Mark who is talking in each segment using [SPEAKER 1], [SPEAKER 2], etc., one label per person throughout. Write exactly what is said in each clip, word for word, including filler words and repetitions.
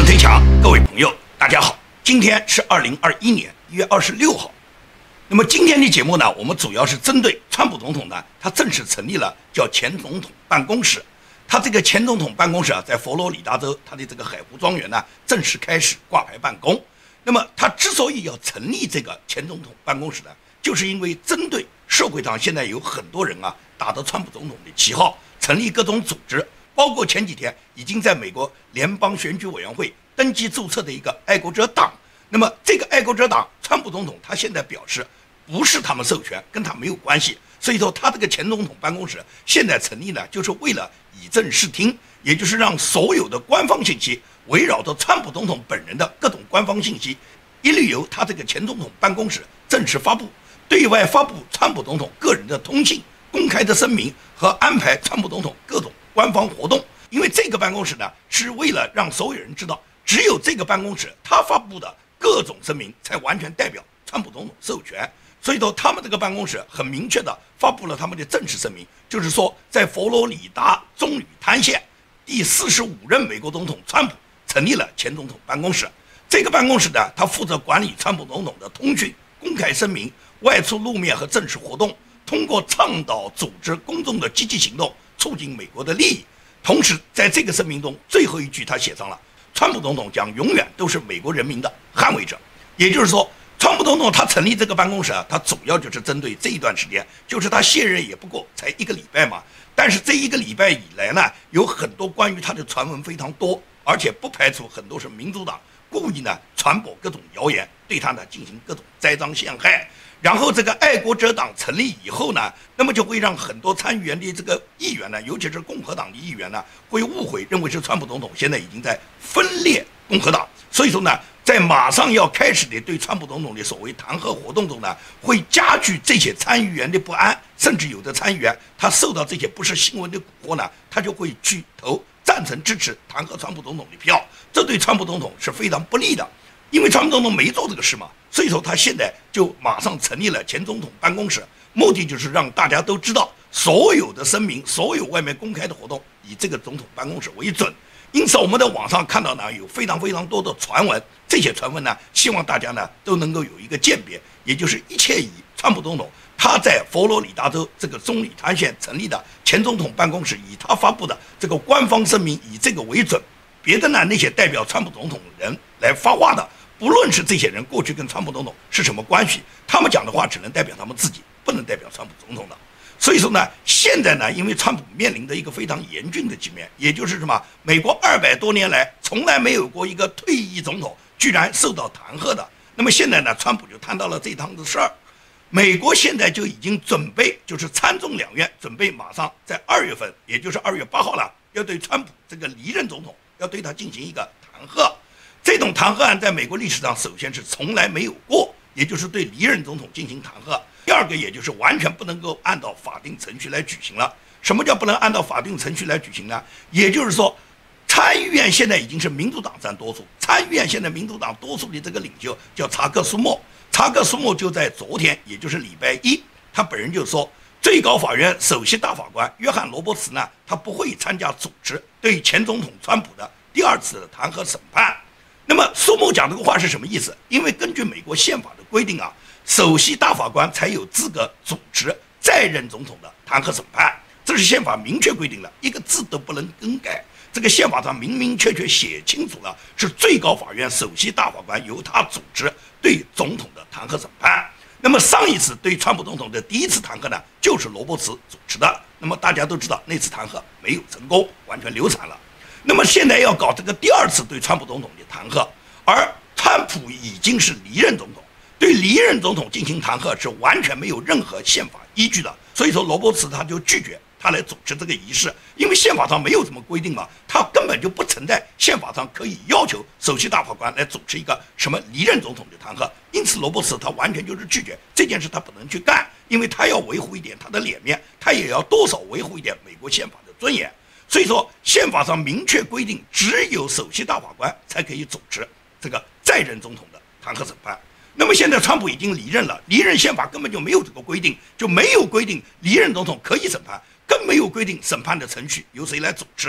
[SPEAKER 1] 论推墙，各位朋友，大家好，今天是二零二一年一月二十六号。那么今天的节目呢，我们主要是针对川普总统呢，他正式成立了叫前总统办公室。他这个前总统办公室啊，在佛罗里达州他的这个海湖庄园呢，正式开始挂牌办公。那么他之所以要成立这个前总统办公室呢，就是因为针对社会上现在有很多人啊，打着川普总统的旗号，成立各种组织。包括前几天已经在美国联邦选举委员会登记注册的一个爱国者党，那么这个爱国者党，川普总统他现在表示不是他们授权，跟他没有关系，所以说他这个前总统办公室现在成立呢，就是为了以正视听，也就是让所有的官方信息围绕着川普总统本人的各种官方信息，一律由他这个前总统办公室正式发布，对外发布川普总统个人的通信、公开的声明和安排川普总统各种官方活动。因为这个办公室呢，是为了让所有人知道，只有这个办公室他发布的各种声明才完全代表川普总统授权。所以说他们这个办公室很明确的发布了他们的正式声明，就是说在佛罗里达棕榈滩县第四十五任美国总统川普成立了前总统办公室。这个办公室呢，他负责管理川普总统的通讯、公开声明、外出露面和正式活动，通过倡导组织公众的积极行动，促进美国的利益。同时在这个声明中最后一句他写上了，川普总统将永远都是美国人民的捍卫者。也就是说，川普总统他成立这个办公室啊，他主要就是针对这一段时间，就是他卸任也不过才一个礼拜嘛。但是这一个礼拜以来呢，有很多关于他的传闻非常多，而且不排除很多是民主党故意呢传播各种谣言，对他呢进行各种栽赃陷害。然后这个爱国者党成立以后呢，那么就会让很多参议员的这个议员呢，尤其是共和党的议员呢，会误会认为是川普总统现在已经在分裂共和党。所以说呢，在马上要开始的对川普总统的所谓弹劾活动中呢，会加剧这些参议员的不安，甚至有的参议员他受到这些不实新闻的蛊惑呢，他就会去投赞成支持弹劾川普总统的票，这对川普总统是非常不利的。因为川普总统没做这个事嘛，所以说他现在就马上成立了前总统办公室，目的就是让大家都知道，所有的声明、所有外面公开的活动以这个总统办公室为准。因此我们在网上看到呢，有非常非常多的传闻，这些传闻呢，希望大家呢都能够有一个鉴别，也就是一切以川普总统他在佛罗里达州这个棕榈滩县成立的前总统办公室，以他发布的这个官方声明以这个为准。别的呢，那些代表川普总统的人来发话的，不论是这些人过去跟川普总统是什么关系，他们讲的话只能代表他们自己，不能代表川普总统的。所以说呢，现在呢，因为川普面临的一个非常严峻的局面，也就是什么，美国二百多年来从来没有过一个退役总统居然受到弹劾的。那么现在呢，川普就摊到了这趟子事儿，美国现在就已经准备，就是参众两院准备马上在二月份，也就是二月八号了，要对川普这个离任总统要对他进行一个弹劾。这种弹劾案在美国历史上首先是从来没有过，也就是对离任总统进行弹劾。第二个，也就是完全不能够按照法定程序来举行了。什么叫不能按照法定程序来举行呢？也就是说，参议院现在已经是民主党占多数，参议院现在民主党多数的这个领袖叫查克·苏默，查克·苏默就在昨天，也就是礼拜一，他本人就说，最高法院首席大法官约翰·罗伯茨呢，他不会参加主持对前总统川普的第二次的弹劾审判。那么苏默讲这个话是什么意思？因为根据美国宪法的规定啊，首席大法官才有资格主持在任总统的弹劾审判，这是宪法明确规定的，一个字都不能更改。这个宪法上明明确确写清楚了，是最高法院首席大法官由他主持对总统的弹劾审判。那么上一次对川普总统的第一次弹劾呢，就是罗伯茨主持的。那么大家都知道，那次弹劾没有成功，完全流产了。那么现在要搞这个第二次对川普总统的弹劾，而川普已经是离任总统，对离任总统进行弹劾是完全没有任何宪法依据的。所以说罗伯茨他就拒绝他来主持这个仪式，因为宪法上没有这么规定嘛，他根本就不存在宪法上可以要求首席大法官来主持一个什么离任总统的弹劾。因此罗伯茨他完全就是拒绝这件事，他不能去干，因为他要维护一点他的脸面，他也要多少维护一点美国宪法的尊严。所以说宪法上明确规定，只有首席大法官才可以主持这个在任总统的弹劾审判。那么现在川普已经离任了，离任宪法根本就没有这个规定，就没有规定离任总统可以审判，更没有规定审判的程序由谁来主持。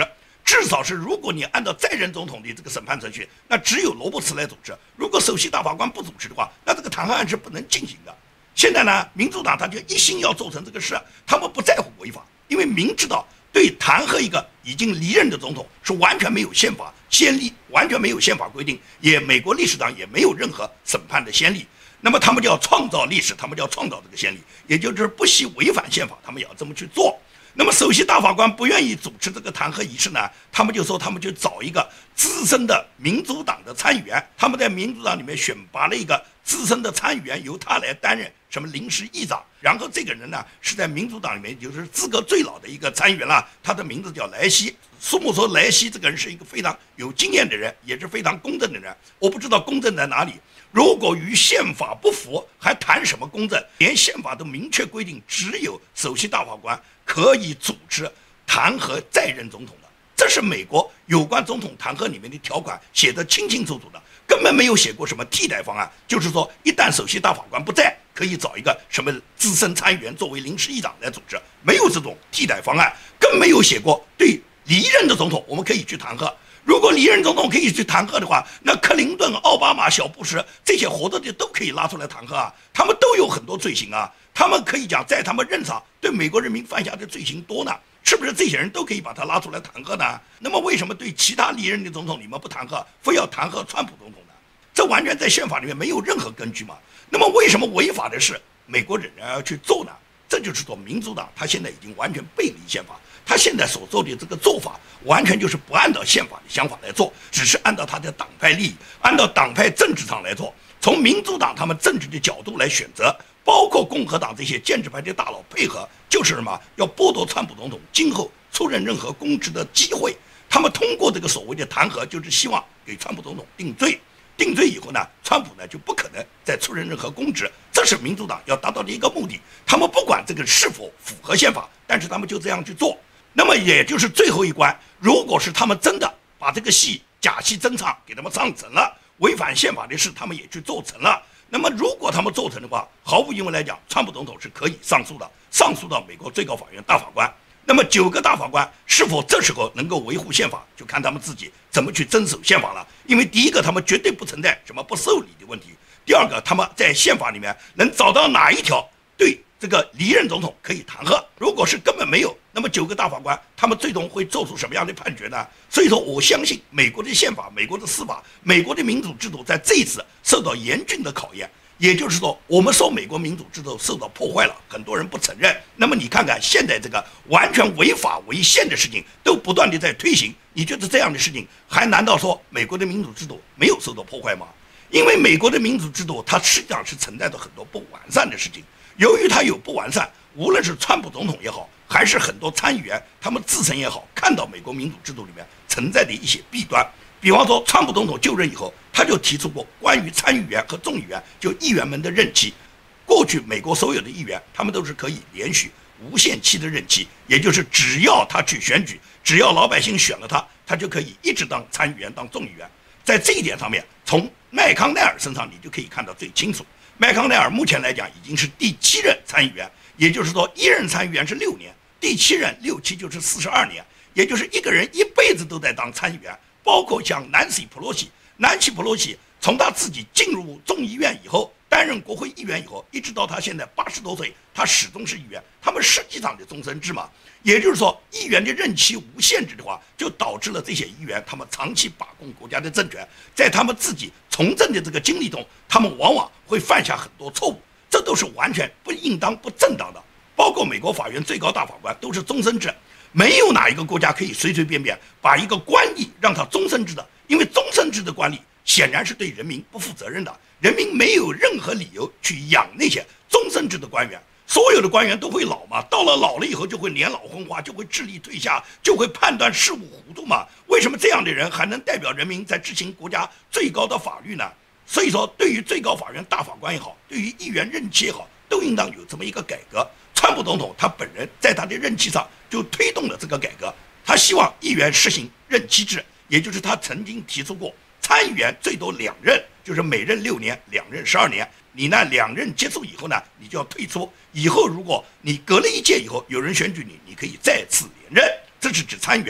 [SPEAKER 1] 至少是如果你按照在任总统的这个审判程序，那只有罗伯茨来主持。如果首席大法官不主持的话，那这个弹劾案是不能进行的。现在呢，民主党他就一心要做成这个事，他们不在乎违法，因为明知道对弹劾一个已经离任的总统是完全没有宪法先例，完全没有宪法规定，也美国历史上也没有任何审判的先例。那么他们就要创造历史，他们就要创造这个先例，也就是不惜违反宪法，他们也要这么去做。那么首席大法官不愿意主持这个弹劾仪式呢，他们就说他们就找一个资深的民主党的参议员，他们在民主党里面选拔了一个资深的参议员，由他来担任什么临时议长。然后这个人呢是在民主党里面就是资格最老的一个参议员了，他的名字叫莱西。苏木说莱西这个人是一个非常有经验的人，也是非常公正的人。我不知道公正在哪里，如果与宪法不符，还谈什么公正？连宪法都明确规定，只有首席大法官可以主持弹劾在任总统的，这是美国有关总统弹劾里面的条款写得清清楚楚的，根本没有写过什么替代方案。就是说，一旦首席大法官不在，可以找一个什么资深参议员作为临时议长来主持，没有这种替代方案，更没有写过对离任的总统我们可以去弹劾。如果离任总统可以去弹劾的话，那克林顿、奥巴马、小布什这些活着的都可以拉出来弹劾啊，他们都有很多罪行啊，他们可以讲在他们任上对美国人民犯下的罪行多呢，是不是这些人都可以把他拉出来弹劾呢？那么为什么对其他离任的总统你们不弹劾，非要弹劾川普总统呢？这完全在宪法里面没有任何根据嘛。那么为什么违法的事美国仍然要去做呢？这就是说民主党他现在已经完全背离宪法，他现在所做的这个做法完全就是不按照宪法的想法来做，只是按照他的党派利益，按照党派政治上来做，从民主党他们政治的角度来选择，包括共和党这些建制派的大佬配合，就是什么要剥夺川普总统今后出任任何公职的机会。他们通过这个所谓的弹劾，就是希望给川普总统定罪，定罪以后呢，川普呢就不可能再出任任何公职，这是民主党要达到的一个目的。他们不管这个是否符合宪法，但是他们就这样去做。那么也就是最后一关，如果是他们真的把这个戏假戏真唱给他们唱成了，违反宪法的事他们也去做成了，那么如果他们做成的话，毫无疑问来讲，川普总统是可以上诉的，上诉到美国最高法院大法官。那么九个大法官是否这时候能够维护宪法，就看他们自己怎么去遵守宪法了。因为第一个，他们绝对不存在什么不受理的问题；第二个，他们在宪法里面能找到哪一条对这个离任总统可以弹劾。如果是根本没有，那么九个大法官他们最终会做出什么样的判决呢？所以说，我相信美国的宪法、美国的司法、美国的民主制度在这一次受到严峻的考验。也就是说，我们说美国民主制度受到破坏了，很多人不承认。那么你看看现在这个完全违法违宪的事情都不断的在推行，你觉得这样的事情还难道说美国的民主制度没有受到破坏吗？因为美国的民主制度它实际上是存在着很多不完善的事情，由于它有不完善，无论是川普总统也好，还是很多参议员他们自身也好，看到美国民主制度里面存在的一些弊端。比方说，川普总统就任以后，他就提出过关于参议员和众议员，就议员们的任期。过去美国所有的议员，他们都是可以连续无限期的任期，也就是只要他去选举，只要老百姓选了他，他就可以一直当参议员、当众议员。在这一点上面，从麦康奈尔身上你就可以看到最清楚。麦康奈尔目前来讲已经是第七任参议员，也就是说，一任参议员是六年，第七任六七就是四十二年，也就是一个人一辈子都在当参议员。包括像南希·普洛西，南希·普洛西从他自己进入众议院以后，担任国会议员以后，一直到他现在八十多岁，他始终是议员。他们实际上的终身制嘛，也就是说，议员的任期无限制的话，就导致了这些议员他们长期把控国家的政权，在他们自己从政的这个经历中，他们往往会犯下很多错误，这都是完全不应当、不正当的。包括美国法院最高大法官都是终身制。没有哪一个国家可以随随便便把一个官吏让他终身制的，因为终身制的官吏显然是对人民不负责任的，人民没有任何理由去养那些终身制的官员。所有的官员都会老嘛，到了老了以后就会年老昏花，就会智力退下，就会判断事务糊涂嘛。为什么这样的人还能代表人民在执行国家最高的法律呢？所以说，对于最高法院大法官也好，对于议员任期也好，都应当有这么一个改革。川普总统他本人在他的任期上就推动了这个改革，他希望议员实行任期制，也就是他曾经提出过，参议员最多两任，就是每任六年，两任十二年。你呢两任结束以后呢，你就要退出。以后如果你隔了一届以后有人选举你，你可以再次连任。这是指参议员。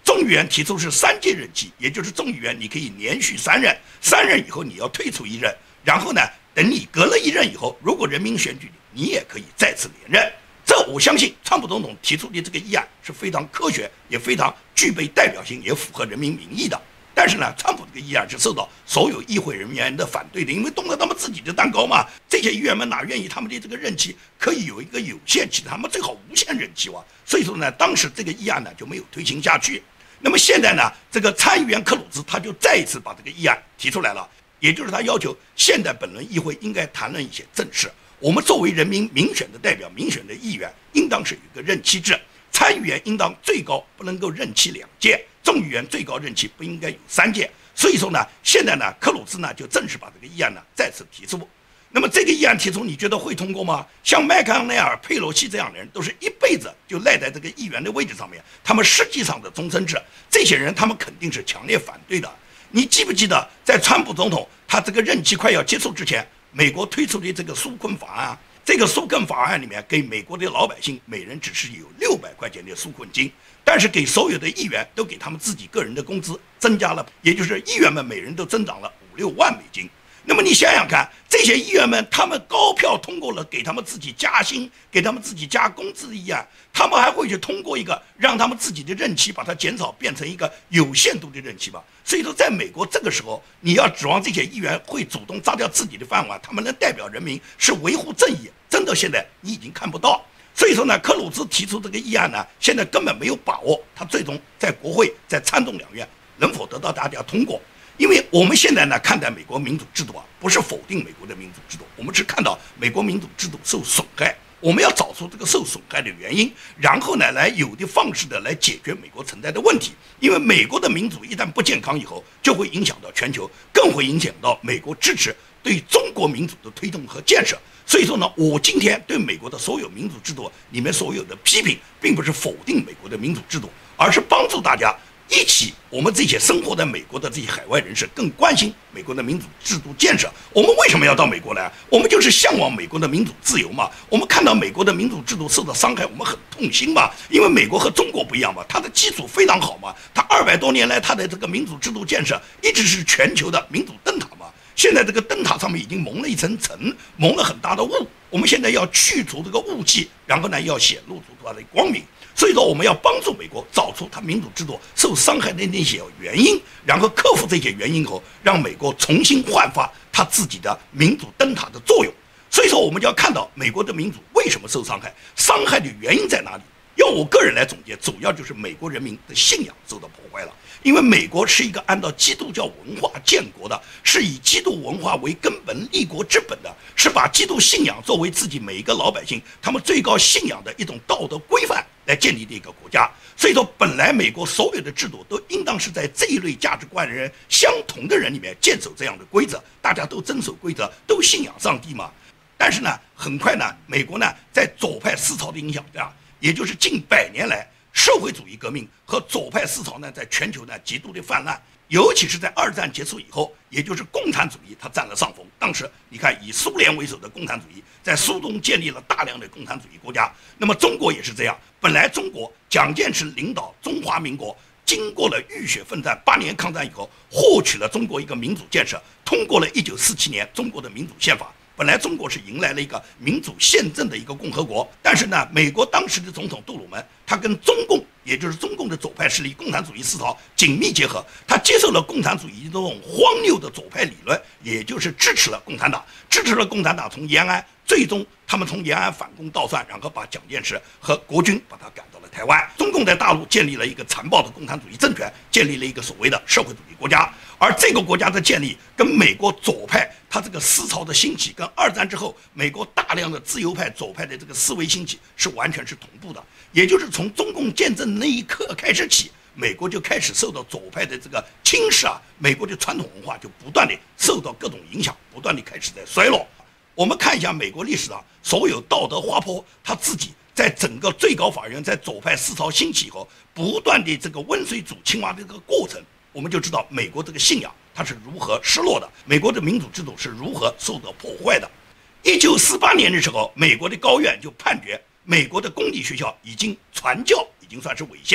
[SPEAKER 1] 众议员提出是三届任期，也就是众议员你可以连续三任，三任以后你要退出一任，然后呢，等你隔了一任以后，如果人民选举你，你也可以再次连任。这我相信，川普总统提出的这个议案是非常科学，也非常具备代表性，也符合人民民意的。但是呢，川普这个议案是受到所有议会人员的反对的，因为动了他们自己的蛋糕嘛。这些议员们哪愿意他们的这个任期可以有一个有限期，他们最好无限任期哇。所以说呢，当时这个议案呢就没有推行下去。那么现在呢，这个参议员克鲁兹他就再一次把这个议案提出来了，也就是他要求现在本轮议会应该谈论一些正事。我们作为人民民选的代表、民选的议员，应当是有一个任期制，参议员应当最高不能够任期两届，众议员最高任期不应该有三届。所以说呢，现在呢，克鲁兹呢就正式把这个议案呢再次提出。那么这个议案提出，你觉得会通过吗？像麦康奈尔、佩洛西这样的人，都是一辈子就赖在这个议员的位置上面，他们实际上的终身制，这些人他们肯定是强烈反对的。你记不记得，在川普总统他这个任期快要结束之前，美国推出的这个纾困法案，这个纾困法案里面给美国的老百姓每人只是有六百块钱的纾困金，但是给所有的议员都给他们自己个人的工资增加了，也就是议员们每人都增长了五六万美金。那么你想想看，这些议员们他们高票通过了给他们自己加薪、给他们自己加工资的议案，他们还会去通过一个让他们自己的任期把它减少，变成一个有限度的任期吧？所以说，在美国这个时候，你要指望这些议员会主动砸掉自己的饭碗，他们能代表人民，是维护正义，真的现在你已经看不到。所以说呢，克鲁兹提出这个议案呢，现在根本没有把握，他最终在国会、在参众两院能否得到大家通过。因为我们现在呢看待美国民主制度啊，不是否定美国的民主制度，我们是看到美国民主制度受损害，我们要找出这个受损害的原因，然后呢来有的放矢的来解决美国存在的问题。因为美国的民主一旦不健康以后，就会影响到全球，更会影响到美国支持对中国民主的推动和建设。所以说呢，我今天对美国的所有民主制度里面所有的批评，并不是否定美国的民主制度，而是帮助大家一起，我们这些生活在美国的这些海外人士更关心美国的民主制度建设。我们为什么要到美国来？我们就是向往美国的民主自由嘛。我们看到美国的民主制度受到伤害，我们很痛心嘛。因为美国和中国不一样嘛，它的基础非常好嘛，它二百多年来它的这个民主制度建设一直是全球的民主灯塔嘛。现在这个灯塔上面已经蒙了一层尘，蒙了很大的雾。我们现在要去除这个雾气，然后呢要显露出它的光明。所以说，我们要帮助美国找出它民主制度受伤害的那些原因，然后克服这些原因后，让美国重新焕发它自己的民主灯塔的作用。所以说，我们就要看到美国的民主为什么受伤害，伤害的原因在哪里。要我个人来总结，主要就是美国人民的信仰受到破坏了。因为美国是一个按照基督教文化建国的，是以基督文化为根本立国之本的，是把基督信仰作为自己每一个老百姓他们最高信仰的一种道德规范来建立的一个国家。所以说，本来美国所有的制度都应当是在这一类价值观的人相同的人里面坚守这样的规则，大家都遵守规则，都信仰上帝嘛。但是呢，很快呢，美国呢在左派思潮的影响下，也就是近百年来社会主义革命和左派思潮呢，在全球呢极度的泛滥，尤其是在二战结束以后，也就是共产主义它占了上风。当时你看，以苏联为首的共产主义在苏东建立了大量的共产主义国家，那么中国也是这样。本来中国蒋介石领导中华民国，经过了浴血奋战八年抗战以后，获取了中国一个民主建设，通过了一九四七年中国的民主宪法。本来中国是迎来了一个民主宪政的一个共和国，但是呢，美国当时的总统杜鲁门，他跟中共，也就是中共的左派势力共产主义思潮紧密结合，他接受了共产主义这种荒谬的左派理论，也就是支持了共产党，支持了共产党从延安，最终他们从延安反攻倒算，然后把蒋介石和国军把他赶到了台湾。中共在大陆建立了一个残暴的共产主义政权，建立了一个所谓的社会主义国家。而这个国家的建立跟美国左派它这个思潮的兴起，跟二战之后美国大量的自由派左派的这个思维兴起是完全是同步的。也就是从中共建政那一刻开始起，美国就开始受到左派的这个侵蚀啊，美国的传统文化就不断的受到各种影响，不断的开始在衰落。我们看一下美国历史上所有道德滑坡，他自己在整个最高法院在左派思潮兴起以后，不断的这个温水煮青蛙的这个过程，我们就知道美国这个信仰它是如何失落的，美国的民主制度是如何受到破坏的。一九四八年的时候，美国的高院就判决美国的公立学校已经传教已经算是违宪了，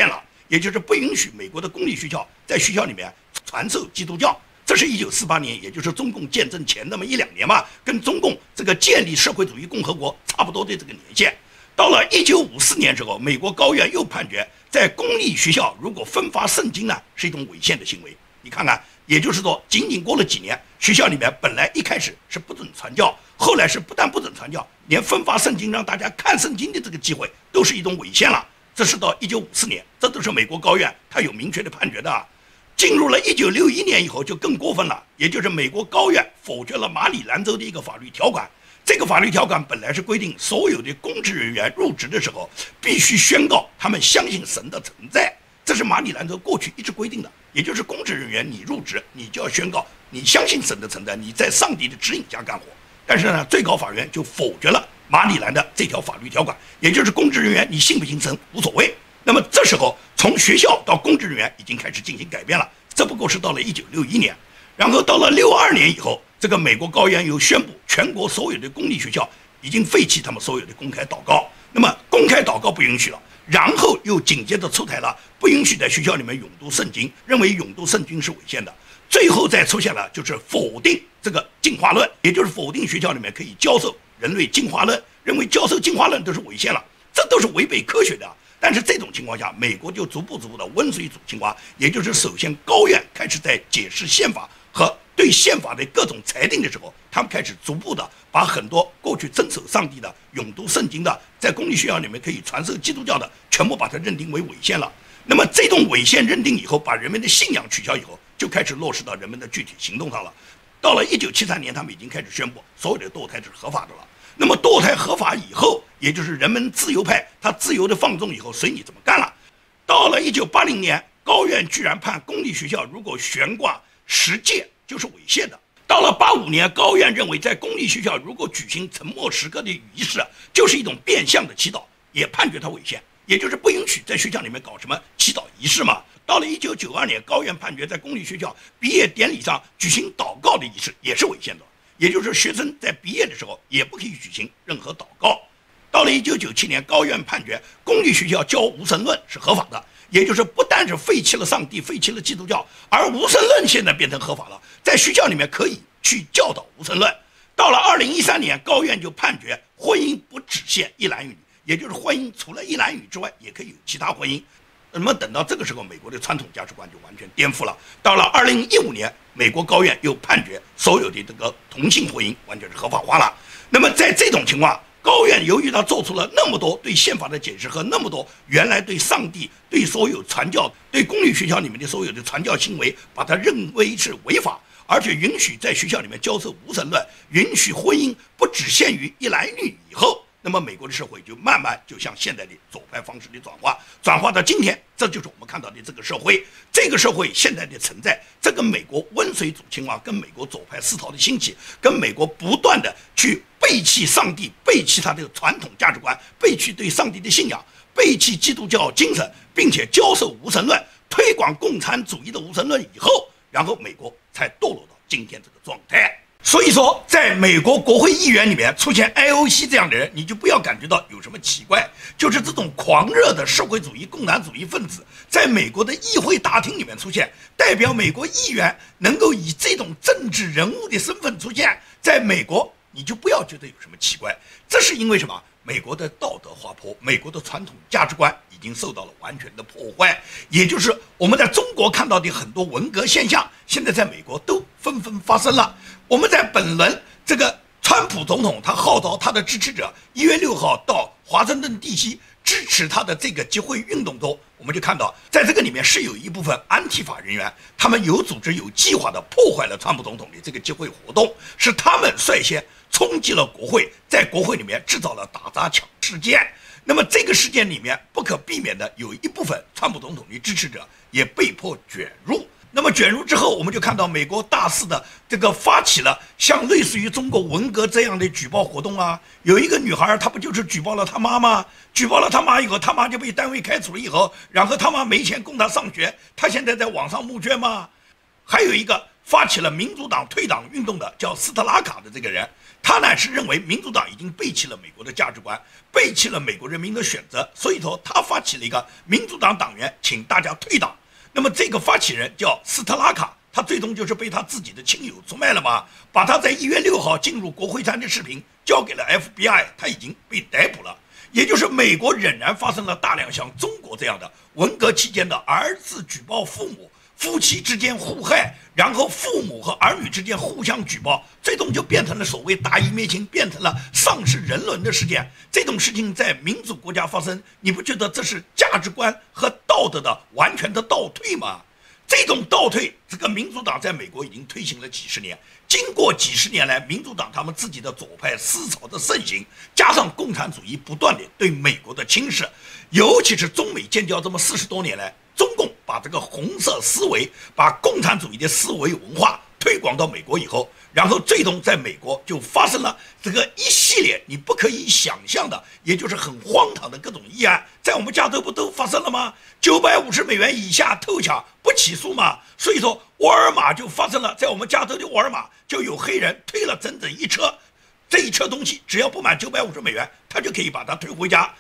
[SPEAKER 1] 也就是不允许美国的公立学校在学校里面传授基督教。这是一九四八年，也就是中共建政前那么一两年嘛，跟中共这个建立社会主义共和国差不多的这个年限。到了一九五四年之后，美国高院又判决，在公立学校如果分发圣经呢，是一种违宪的行为。你看看，也就是说，仅仅过了几年，学校里面本来一开始是不准传教，后来是不但不准传教，连分发圣经让大家看圣经的这个机会都是一种违宪了。这是到一九五四年，这都是美国高院它有明确的判决的啊。进入了一九六一年以后就更过分了，也就是美国高院否决了马里兰州的一个法律条款。这个法律条款本来是规定所有的公职人员入职的时候必须宣告他们相信神的存在，这是马里兰州过去一直规定的。也就是公职人员你入职，你就要宣告你相信神的存在，你在上帝的指引下干活。但是呢，最高法院就否决了马里兰的这条法律条款，也就是公职人员你信不信神无所谓。那么这时候从学校到公职人员已经开始进行改变了，这不过是到了一九六一年。然后到了六二年以后，这个美国高院又宣布全国所有的公立学校已经废弃他们所有的公开祷告，那么公开祷告不允许了，然后又紧接着出台了不允许在学校里面咏读圣经，认为咏读圣经是违宪的。最后再出现了就是否定这个进化论，也就是否定学校里面可以教授人类进化论，认为教授进化论都是违宪了，这都是违背科学的。但是这种情况下，美国就逐步逐步的温水煮青蛙，也就是首先高院开始在解释宪法和对宪法的各种裁定的时候，他们开始逐步的把很多过去遵守上帝的、咏读圣经的，在公立学校里面可以传授基督教的，全部把它认定为违宪了。那么这种违宪认定以后，把人们的信仰取消以后，就开始落实到人们的具体行动上了。到了一九七三年，他们已经开始宣布所有的堕胎是合法的了。那么堕胎合法以后，也就是人们自由派，他自由的放纵以后，随你怎么干了。到了一九八零年，高院居然判公立学校如果悬挂十诫就是违宪的。到了八五年，高院认为在公立学校如果举行沉默时刻的仪式，就是一种变相的祈祷，也判决它违宪，也就是不允许在学校里面搞什么祈祷仪式嘛。到了一九九二年，高院判决在公立学校毕业典礼上举行祷告的仪式也是违宪的，也就是学生在毕业的时候也不可以举行任何祷告。到了一九九七年，高院判决公立学校教无神论是合法的，也就是不但是废弃了上帝，废弃了基督教，而无神论现在变成合法了，在学校里面可以去教导无神论。到了二零一三年，高院就判决婚姻不只限一男一女，也就是婚姻除了一男一女之外，也可以有其他婚姻。那么等到这个时候，美国的传统价值观就完全颠覆了。到了二零一五年，美国高院又判决所有的这个同性婚姻完全是合法化了。那么在这种情况，高院由于他做出了那么多对宪法的解释和那么多原来对上帝、对所有传教、对公立学校里面的所有的传教行为，把它认为是违法，而且允许在学校里面教授无神论，允许婚姻不只限于一男一女以后，那么美国的社会就慢慢就向现在的左派方式的转化，转化到今天，这就是我们看到的这个社会。这个社会现在的存在，这跟美国温水煮青蛙，跟美国左派思潮的兴起，跟美国不断的去背弃上帝，背弃他的传统价值观，背弃对上帝的信仰，背弃基督教精神，并且教授无神论，推广共产主义的无神论以后，然后美国才堕落到今天这个状态。所以说，在美国国会议员里面出现 I O C 这样的人，你就不要感觉到有什么奇怪，就是这种狂热的社会主义、共产主义分子，在美国的议会大厅里面出现，代表美国议员能够以这种政治人物的身份出现，在美国，你就不要觉得有什么奇怪。这是因为什么？美国的道德滑坡，美国的传统价值观已经受到了完全的破坏，也就是我们在中国看到的很多文革现象，现在在美国都纷纷发生了。我们在本轮这个川普总统，他号召他的支持者一月六号到华盛顿地区支持他的这个集会运动中，我们就看到，在这个里面是有一部分安提法人员，他们有组织、有计划的破坏了川普总统的这个集会活动，是他们率先冲击了国会，在国会里面制造了打砸抢事件。那么这个事件里面不可避免的有一部分川普总统的支持者也被迫卷入。那么卷入之后，我们就看到美国大肆的这个发起了像类似于中国文革这样的举报活动啊。有一个女孩，她不就是举报了她妈妈，举报了她妈以后，她妈就被单位开除了以后，然后她妈没钱供她上学，她现在在网上募捐吗？还有一个发起了民主党退党运动的叫斯特拉卡的这个人， 他呢是认为民主党已经背弃了美国的价值观，背弃了美国人民的选择，所以说他发起了一个民主党党员请大家退党。那么这个发起人叫斯特拉卡，他最终就是被他自己的亲友出卖了嘛，把他在一月六号进入国会山的视频交给了 F B I， 他已经被逮捕了。也就是美国仍然发生了大量像中国这样的文革期间的儿子举报父母，夫妻之间互害，然后父母和儿女之间互相举报，最终就变成了所谓大义灭亲，变成了丧失人伦的事件。这种事情在民主国家发生，你不觉得这是价值观和道德的完全的倒退吗？这种倒退，这个民主党在美国已经推行了几十年。经过几十年来，民主党他们自己的左派思潮的盛行，加上共产主义不断的对美国的侵蚀，尤其是中美建交这么四十多年来，中共把这个红色思维，把共产主义的思维文化推广到美国以后，然后最终在美国就发生了这个一系列你不可以想象的，也就是很荒唐的各种议案，在我们加州不都发生了吗？九百五十美元以下偷抢不起诉吗？所以说沃尔玛就发生了，在我们加州的沃尔玛就有黑人推了整整一车，这一车东西只要不满九百五十美元，他就可以把它推回家。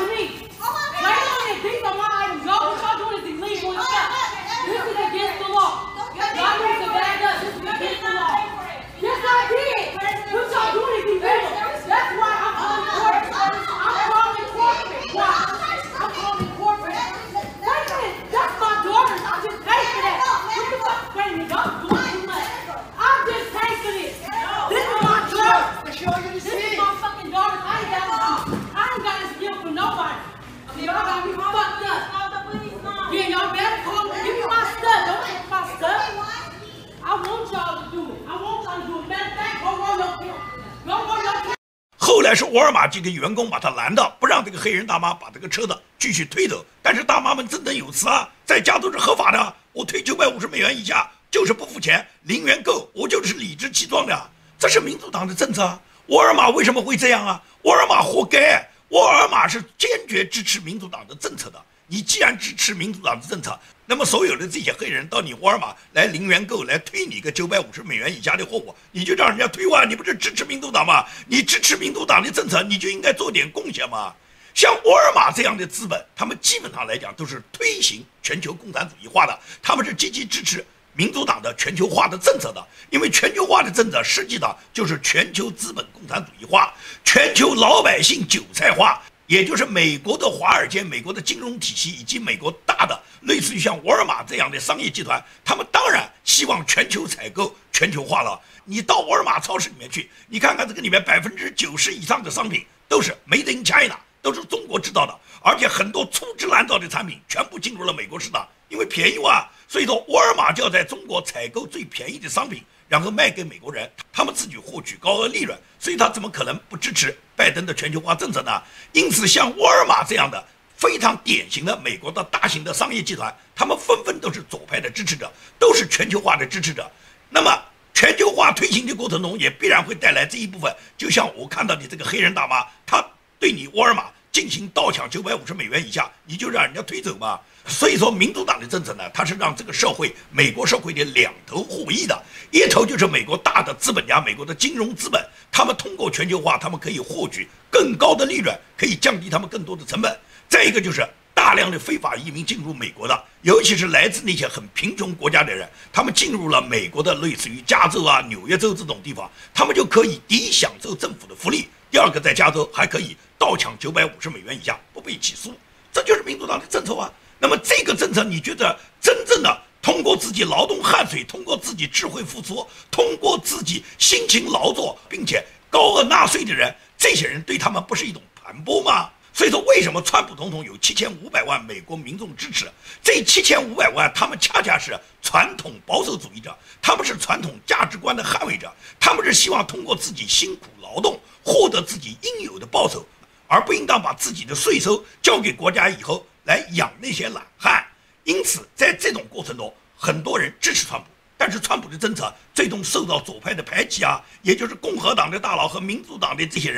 [SPEAKER 1] 后来是沃尔玛几个员工把他拦到，不让这个黑人大妈把这个车子继续推走。但是大妈们振振有词啊，在加州是合法的，我推九百五十美元以下就是不付钱，零元购，我就是理直气壮的，这是民主党的政策啊。沃尔玛为什么会这样啊？沃尔玛活该，沃尔玛是坚决支持民主党的政策的。你既然支持民主党的政策，那么所有的这些黑人到你沃尔玛来零元购，来推你个九百五十美元以下的货物，你就让人家推完，你不是支持民主党吗？你支持民主党的政策，你就应该做点贡献嘛。像沃尔玛这样的资本，他们基本上来讲都是推行全球共产主义化的，他们是积极支持民主党的全球化的政策的，因为全球化的政策实际上就是全球资本共产主义化，全球老百姓韭菜化。也就是美国的华尔街、美国的金融体系以及美国大的类似于像沃尔玛这样的商业集团，他们当然希望全球采购全球化了。你到沃尔玛超市里面去，你看看这个里面百分之九十以上的商品都是 Made in China， 都是中国制造的，而且很多粗制滥造的产品全部进入了美国市场，因为便宜哇。所以说沃尔玛就要在中国采购最便宜的商品，然后卖给美国人，他们自己获取高额利润，所以他怎么可能不支持拜登的全球化政策呢？因此像沃尔玛这样的非常典型的美国的大型的商业集团，他们纷纷都是左派的支持者，都是全球化的支持者。那么全球化推行的过程中，也必然会带来这一部分，就像我看到的这个黑人大妈，她对你沃尔玛进行盗抢九百五十美元以下，你就让人家推走嘛。所以说民主党的政策呢，它是让这个社会美国社会的两头获益的，一头就是美国大的资本家，美国的金融资本，他们通过全球化，他们可以获取更高的利润，可以降低他们更多的成本。再一个就是大量的非法移民进入美国的，尤其是来自那些很贫穷国家的人，他们进入了美国的类似于加州啊、纽约州这种地方，他们就可以第一享受政府的福利，第二个在加州还可以盗抢九百五十美元以下不被起诉，这就是民主党的政策啊。那么这个政策，你觉得真正的通过自己劳动汗水，通过自己智慧付出，通过自己辛勤劳作，并且高额纳税的人，这些人对他们不是一种盘剥吗？所以说，为什么川普总统有七千五百万美国民众支持？这七千五百万，他们恰恰是传统保守主义者，他们是传统价值观的捍卫者，他们是希望通过自己辛苦劳动获得自己应有的报酬，而不应当把自己的税收交给国家以后来养那些懒汉。因此，在这种过程中，很多人支持川普，但是川普的政策最终受到左派的排挤啊，也就是共和党的大佬和民主党的这些人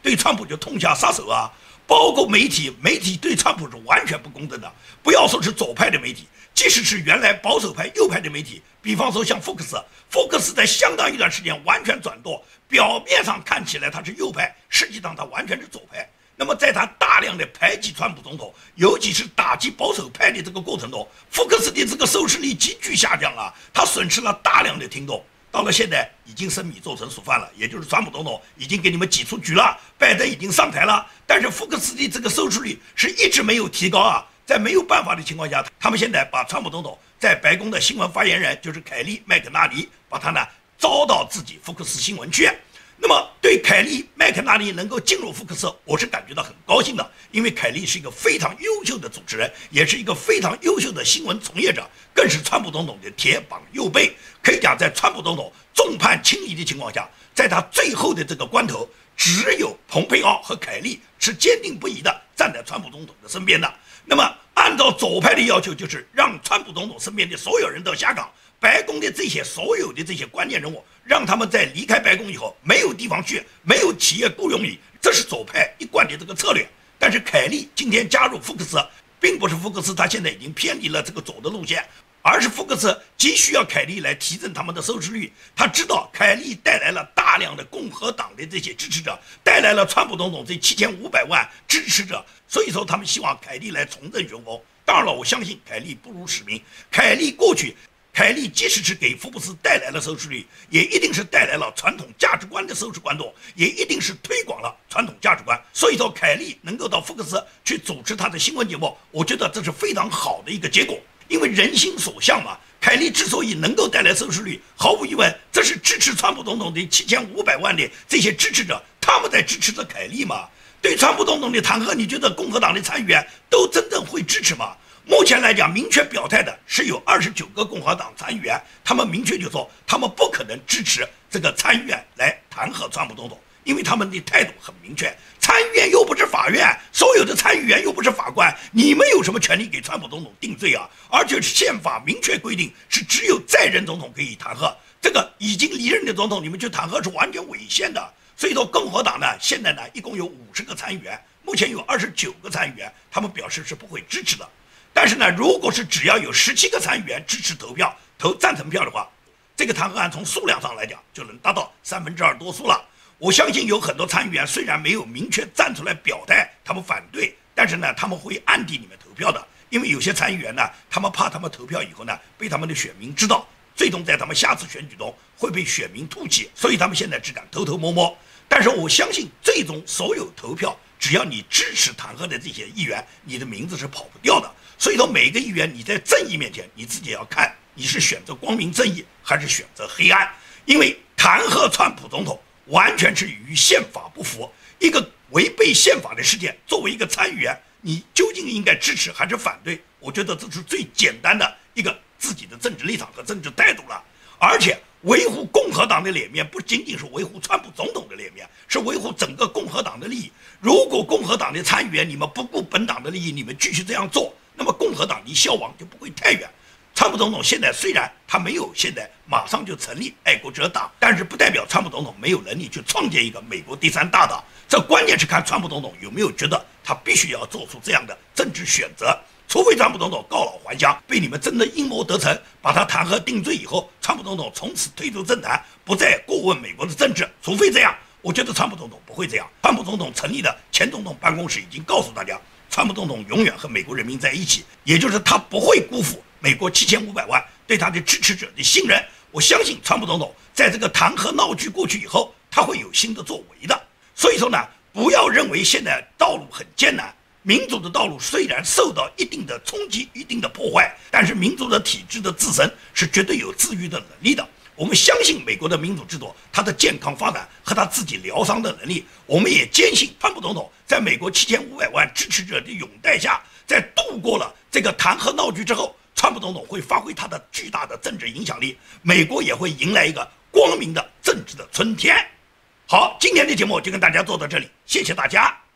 [SPEAKER 1] 对川普就痛下杀手啊。包括媒体，媒体对川普是完全不公正的。不要说是左派的媒体，即使是原来保守派、右派的媒体，比方说像福克斯，福克斯在相当一段时间完全转舵，表面上看起来他是右派，实际上他完全是左派。那么在他大量的排挤川普总统，尤其是打击保守派的这个过程中，福克斯的这个收视率急剧下降啊，他损失了大量的听众。到了现在已经生米做成熟饭了，也就是川普总统已经给你们挤出局了，拜登已经上台了，但是福克斯的这个收视率是一直没有提高啊。在没有办法的情况下，他们现在把川普总统在白宫的新闻发言人就是凯利麦克纳尼，把他呢招到自己福克斯新闻去。那么对凯利麦克纳尼能够进入福克斯，我是感觉到很高兴的，因为凯利是一个非常优秀的主持人，也是一个非常优秀的新闻从业者，更是川普总统的铁膀右背。可以讲，在川普总统众叛亲离的情况下，在他最后的这个关头，只有蓬佩奥和凯利是坚定不移的站在川普总统的身边的。那么按照左派的要求，就是让川普总统身边的所有人都下岗，白宫的这些所有的这些关键人物，让他们在离开白宫以后没有地方去，没有企业雇佣你，这是左派一贯的这个策略。但是凯利今天加入福克斯，并不是福克斯他现在已经偏离了这个左的路线，而是福克斯急需要凯利来提振他们的收视率。他知道凯利带来了大量的共和党的这些支持者，带来了川普总统这七千五百万支持者，所以说他们希望凯利来重振雄风。当然了，我相信凯利不辱使命。凯利过去，凯利即使是给福布斯带来了收视率，也一定是带来了传统价值观的收视观众，也一定是推广了传统价值观。所以说，凯利能够到福克斯去主持他的新闻节目，我觉得这是非常好的一个结果。因为人心所向嘛，凯利之所以能够带来收视率，毫无疑问，这是支持川普总统的七千五百万的这些支持者，他们在支持着凯利嘛。对川普总统的弹劾，你觉得共和党的参议员都真正会支持吗？目前来讲，明确表态的是有二十九个共和党参议员，他们明确就说，他们不可能支持这个参议院来弹劾川普总统，因为他们的态度很明确。参议院又不是法院，所有的参议员又不是法官，你们有什么权利给川普总统定罪啊？而且宪法明确规定是只有在任总统可以弹劾，这个已经离任的总统你们去弹劾是完全违宪的。所以说共和党呢，现在呢一共有五十个参议员，目前有二十九个参议员，他们表示是不会支持的。但是呢，如果是只要有十七个参议员支持投票投赞成票的话，这个弹劾案从数量上来讲就能达到三分之二多数了。我相信有很多参议员虽然没有明确站出来表态他们反对，但是呢他们会暗地里面投票的，因为有些参议员呢，他们怕他们投票以后呢被他们的选民知道，最终在他们下次选举中会被选民唾弃，所以他们现在只敢偷偷摸摸。但是我相信最终所有投票，只要你支持弹劾的这些议员，你的名字是跑不掉的。所以说每个议员你在正义面前，你自己要看你是选择光明正义还是选择黑暗。因为弹劾川普总统完全是与宪法不符，一个违背宪法的事件，作为一个参议员，你究竟应该支持还是反对？我觉得这是最简单的一个自己的政治立场和政治态度了。而且维护共和党的脸面，不仅仅是维护川普总统的脸面，是维护整个共和党的利益。如果共和党的参议员你们不顾本党的利益，你们继续这样做，那么共和党离消亡就不会太远。川普总统现在虽然他没有现在马上就成立爱国者党，但是不代表川普总统没有能力去创建一个美国第三大党。这关键是看川普总统有没有觉得他必须要做出这样的政治选择。除非川普总统告老还乡，被你们真的阴谋得逞，把他弹劾定罪以后，川普总统从此退出政坛，不再过问美国的政治。除非这样，我觉得川普总统不会这样。川普总统成立的前总统办公室已经告诉大家，川普总统永远和美国人民在一起，也就是他不会辜负美国七千五百万对他的支持者的信任。我相信川普总统在这个弹劾闹剧过去以后，他会有新的作为的。所以说呢，不要认为现在道路很艰难。民主的道路虽然受到一定的冲击、一定的破坏，但是民主的体制的自身是绝对有自愈的能力的。我们相信美国的民主制度，它的健康发展和它自己疗伤的能力。我们也坚信川普总统在美国七千五百万支持者的拥戴下，在度过了这个弹劾闹剧之后，川普总统会发挥他的巨大的政治影响力，美国也会迎来一个光明的政治的春天。好，今天的节目就跟大家做到这里，谢谢大家。